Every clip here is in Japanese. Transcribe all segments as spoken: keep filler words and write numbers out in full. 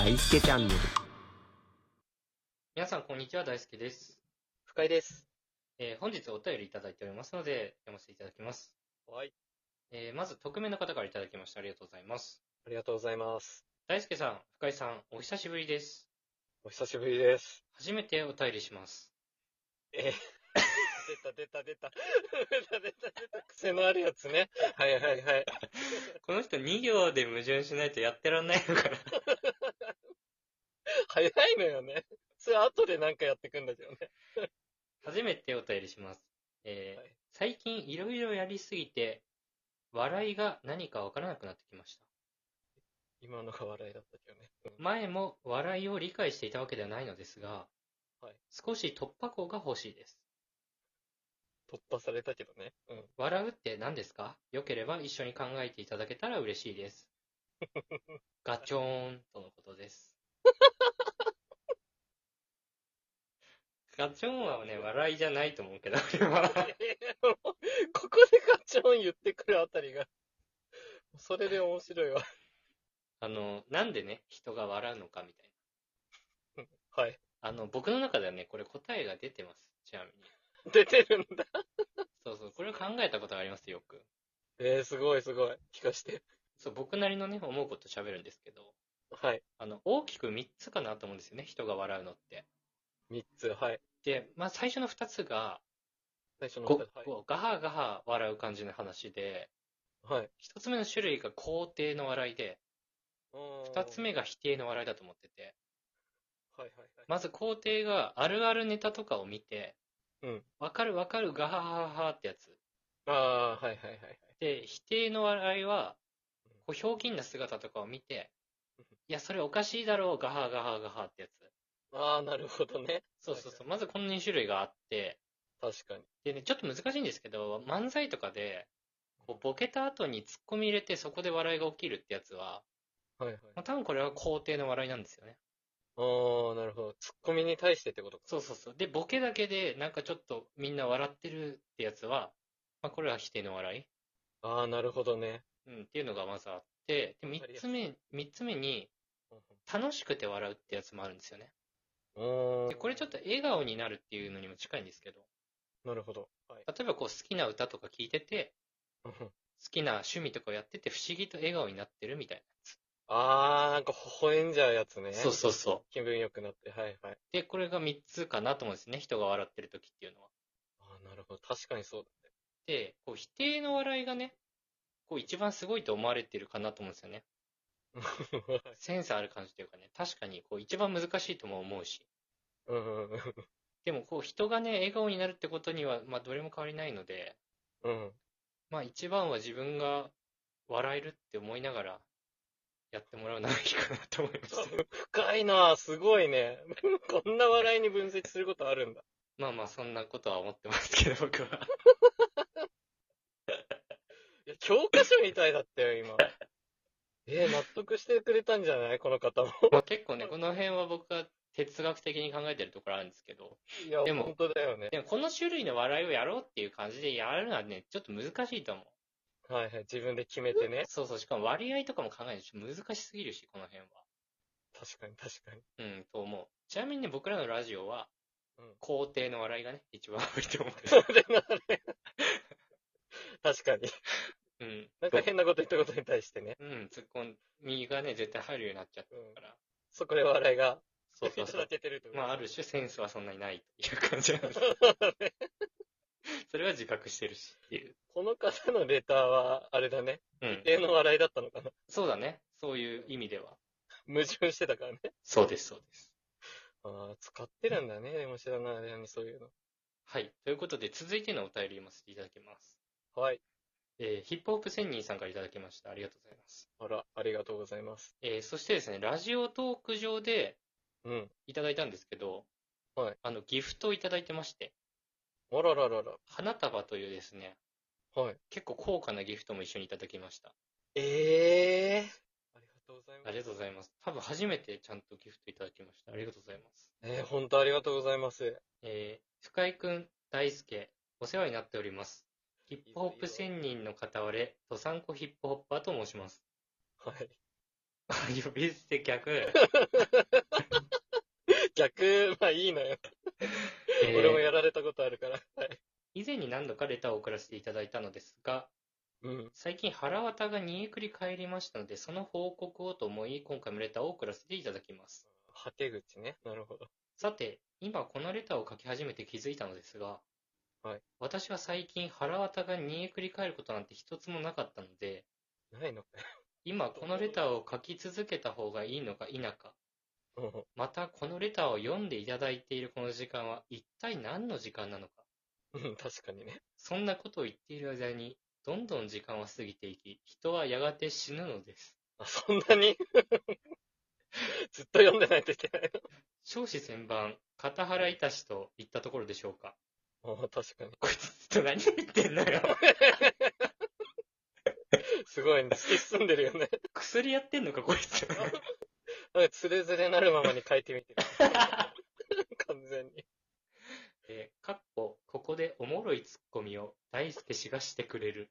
大輔チャンネル。 皆さん、こんにちは。大輔です。 深井です。 えー本日お便りいただいておりますので、読ませていただきます。 はい。 えーまず、匿名の方からいただきました。ありがとうございます。 ありがとうございます。 大輔さん、深井さん、お久しぶりです。 お久しぶりです。 初めてお便りします。 えー、出た出た出た。出た出た出た。癖のあるやつね。はいはいはい。 この人に行で矛盾しないとやってらんないのかな。 早いのよね。それ後でなんかやってくんだけどね。 初めてお便りします。えーはい最近いろいろやりすぎて、笑いが何かわからなくなってきました。 今のが笑いだったけどね。うん前も笑いを理解していたわけではないのですが、 はい少し突破口が欲しいです。 突破されたけどね。うん。 笑うって何ですか？よければ一緒に考えていただけたら嬉しいです。ガチョーンとのことです。ガチョーンはね、笑いじゃないと思うけど、俺は。 ここでガチョン言ってくるあたりが、それで面白いわ。 あの、なんでね、人が笑うのかみたいはい。 な。あの、僕の中ではね、これ答えが出てます。ちなみに。 出てるんだ。 そうそう、これを考えたことがありますよ、よく。 えー、すごいすごい。聞かして。 そう、僕なりのね、思うこと喋るんですけど、 はい。 あの、大きくみっつかなと思うんですよね、人が笑うのって。 三つ。はい。 で、まあ、最初のふたつが、 最初のご二つ。はい。 こうガハガハ笑う感じの話で、 はい。 一つ目の種類が肯定の笑いで、二つ目が。 が否定の笑いだと思ってて、 はいはいはい。 まず肯定があるあるネタとかを見て、 うん。 わかるわかるガハハハってやつ。 ああ、はいはいはいはい。 で、否定の笑いは、こうひょうきんな姿とかを見て、いや、それおかしいだろう、ガハガハガハってやつ。 ああ、なるほどね。 そうそうそう。まずこのに種類があって、 確かに。 でね、ちょっと難しいんですけど、漫才とかで、こうボケた後にツッコミ入れてそこで笑いが起きるってやつは、 はいはい。 まあ、多分これは肯定の笑いなんですよね。 ああ、なるほど。ツッコミに対してってことか。 そうそうそう。で、ボケだけで、なんかちょっとみんな笑ってるってやつは、まあ、これは否定の笑い。 ああ、なるほどね。 うん、っていうのがまずあって、で、三つ目、三つ目に、楽しくて笑うってやつもあるんですよね。 うん。 で、これちょっと笑顔になるっていうのにも近いんですけど、 なるほど。はい。 例えばこう好きな歌とか聴いてて、好きな趣味とかやってて不思議と笑顔になってるみたいなやつ。 ああ、なんか微笑んじゃうやつね。 そうそうそう。 気分良くなって。はいはい。 で、これが三つかなと思うんですね。人が笑ってる時っていうのは。 ああ、なるほど。確かにそうで、こう否定の笑いがね、こう一番すごいと思われてるかなと思うんですよね。 だね。 センスある感じというかね、確かにこう一番難しいとも思うし。 うんうんうん。 でもこう人がね、笑顔になるってことには、まあどれも変わりないので、 うん。 まあ一番は自分が笑えるって思いながらやってもらうのがいいかなと思いました。 深いな、すごいね。こんな笑いに分析することあるんだ。 まあまあそんなことは思ってますけど、僕は。 いや、教科書みたいだったよ、今。えー、納得してくれたんじゃないこの方も。 まあ結構ね、この辺は僕が哲学的に考えてるところあるんですけど、 いや、 でも本当だよね。 でもこの種類の笑いをやろうっていう感じでやるのはね、ちょっと難しいと思う。 はいはい、自分で決めてね。 そうそう、しかも割合とかも考えると難しすぎるし、この辺は。 確かに確かに。 うん、と思う。ちなみにね、僕らのラジオは、 うん。 肯定の笑いがね、一番多いと思う。 それなね。確かに。 うん。 なんか変なこと言ったことに対してね。 うん、ツッコミがね、絶対入るようになっちゃったから。 そこで笑いがそうそうそういただ。けてるってことまあ、ある種センスはそんなにないっていう感じなんです。それは自覚してるしっていう。 この方のレターは、あれだね。 うん。 例の笑いだったのかな。 そうだね。そういう意味では。 矛盾してたからね。 そうです、そうです。 ああ、使ってるんだね。でも知らない間にそういうの。 はい。ということで、続いてのお便り読ませていただきます。 はい。 えーヒップホップ仙人さんからいただきました。ありがとうございます。 あら、ありがとうございます。 えーそしてですね、ラジオトーク上でうん。 いただいたんですけど、 はい。 あの、ギフトをいただいてまして、 あらららら。 花束というですね、 はい。 結構高価なギフトも一緒にいただきました。 ええー。ありがとうございます。 ありがとうございます。多分初めてちゃんとギフトいただきました。ありがとうございます。 えー、本当ありがとうございます。 えー、深井くん、大輔、お世話になっております。ヒップホップ仙人の片割れ、ドサンコヒップホッパーと申します。 はい。 呼び捨て逆。 逆、まあいいのよ。 えー俺もやられたことあるから。はい。 以前に何度かレターを送らせていただいたのですが、 うん。 最近腹渡が煮えくり返りましたので、その報告をと思い、今回もレターを送らせていただきます。 はけ口ね。なるほど。 さて、今このレターを書き始めて気づいたのですが、 はい。 私は最近腹渡が煮えくり返ることなんて一つもなかったので、 ないのかよ。 今このレターを書き続けた方がいいのか否か、 うんまたこのレターを読んでいただいているこの時間は一体何の時間なのか、 うん、確かにね。 そんなことを言っている間に、どんどん時間は過ぎていき、人はやがて死ぬのです。 あ、そんなにずっと読んでないといけない少子千万、片腹いたしといったところでしょうか。 の。あ、確かに。 こいつずっと何言ってんのよ。 すごいね。突き進んでるよね。 薬やってんのか、こいつ。 なんかつれづれなるままに書いてみてる。完全に。 えー、かっこ、ここでおもろいツッコミを大輔氏がしてくれる。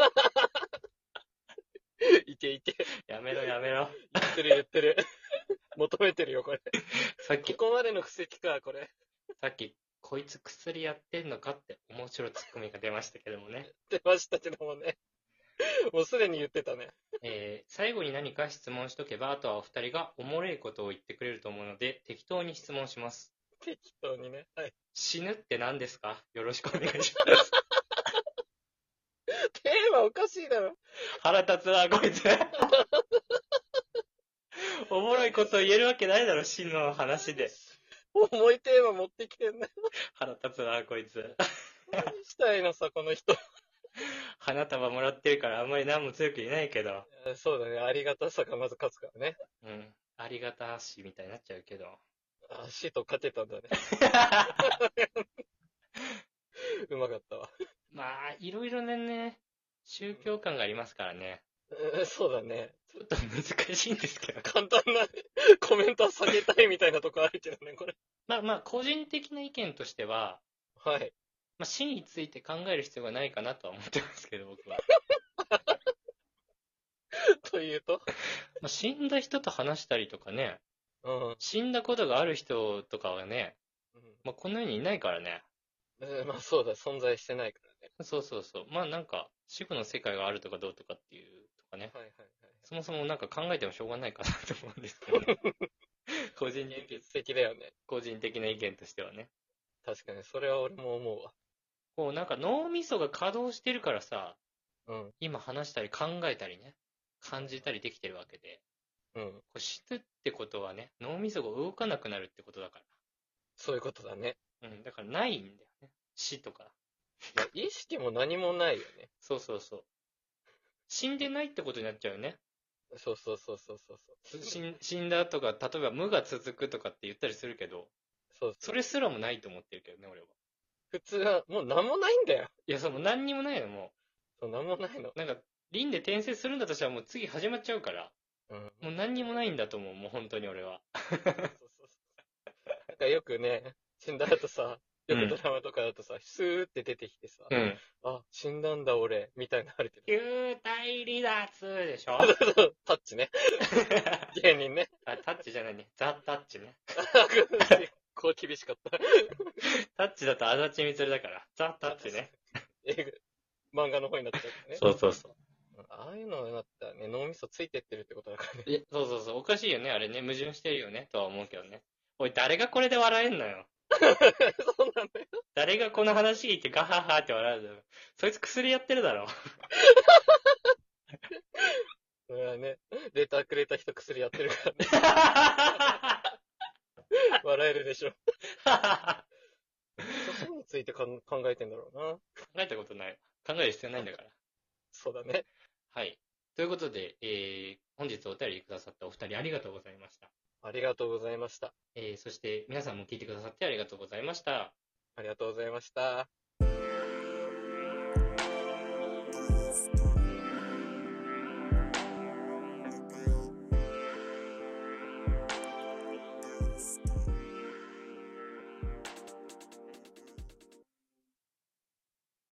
いけいけ。 やめろやめろ。 言ってる言ってる。求めてるよ、これ。 さっき、 ここまでの布石か、これ。 さっき、こいつ薬やってんのかって面白いツッコミが出ましたけどもね。 出ましたけどもね。もうすでに言ってたね。 えー、最後に何か質問しとけば、あとはお二人がおもれいことを言ってくれると思うので、適当に質問します。 適当にね。はい。 死ぬって何ですか？よろしくお願いします。 テーマおかしいだろ。 腹立つわ、こいつ。おもろいこと言えるわけないだろ、死の話で。 重いテーマ持ってきてんね。 腹立つわ、こいつ。 何したいのさ、この人。 花束もらってるからあんまり何も強く言えないけど。 そうだね。ありがたさがまず勝つからね。 うん。ありがたしみたいになっちゃうけど。 あ、死と勝てたんだね。うまかったわ。 まあ、いろいろね、宗教観がありますからね。 うんそうだね。 ちょっと難しいんですけど。 簡単なコメントは下げたいみたいなとこあるけどね、これ。 まあまあ、個人的な意見としては、 はい。 まあ、死について考える必要がないかなとは思ってますけど、僕は。 というとまあ、死んだ人と話したりとかね、 うん。 死んだことがある人とかはね、まあ、この世にいないからね。 うん、まあそうだ、存在してないからね。 そうそうそう。まあなんか、死後の世界があるとかどうとかっていうとかね。 はいはいはい。 そもそもなんか考えてもしょうがないかなと思うんですけどね。個人現的、 実的だよね。 個人的な意見としてはね。 確かに、それは俺も思うわ。 こうなんか脳みそが稼働してるからさ、 うん。 今話したり考えたりね、感じたりできてるわけで、 うん。 こう死ぬってことはね、脳みそが動かなくなるってことだかそういうことだね。 ら。うん、だからないんだよね。死とか。 まあ、意識も何もないよね。 そうそうそう。死んでないってことになっちゃうよね。 そうそうそうそうそうそう。 死ん死んだとか、例えば無が続くとかって言ったりするけど、 そうそ。 そうれすらもないと思ってるけどね、俺は。 普通は、もう何もないんだよ。 いや、そう、もう何にもないの、もそう、何もないの。 う。なんか、輪で転生するんだとしたらもう次始まっちゃうから、 うん。 もう何にもないんだと思う、もう本当に俺は。 そうそうそう。なんかよくね、死んだ後さ、よくドラマとかだとさ、スーって出てきてさ、 うん。 あ、死んだんだ俺、みたいなのあるけど。 球体離脱でしょタッチね。芸人ね。 あ、タッチじゃないね。ザ・タッチね。 こう厳しかった。 タッチだと足立みつるだから。ザ・タッチね。 映画漫画の方になっちゃうね。 そうそうそう。 ああいうのになったらね、脳みそついてってるってことだからね。 いや、そうそうそう。おかしいよね、あれね。矛盾してるよね、とは思うけどね。おい、誰がこれで笑えんのよ。 そうなんだよ。 誰がこの話聞いてガハハって笑うのよ。そいつ薬やってるだろ。 それはね、レターくれた人薬やってるからね。笑えるでしょ。そうについてかん考えてんだろうな。 考えたことない。考える必要ないんだから。 そうだね。 はい。ということで、えー、本日お便りくださったお二人ありがとうございました。 ありがとうございました。 えー、そして皆さんも聞いてくださってありがとうございました。 ありがとうございました。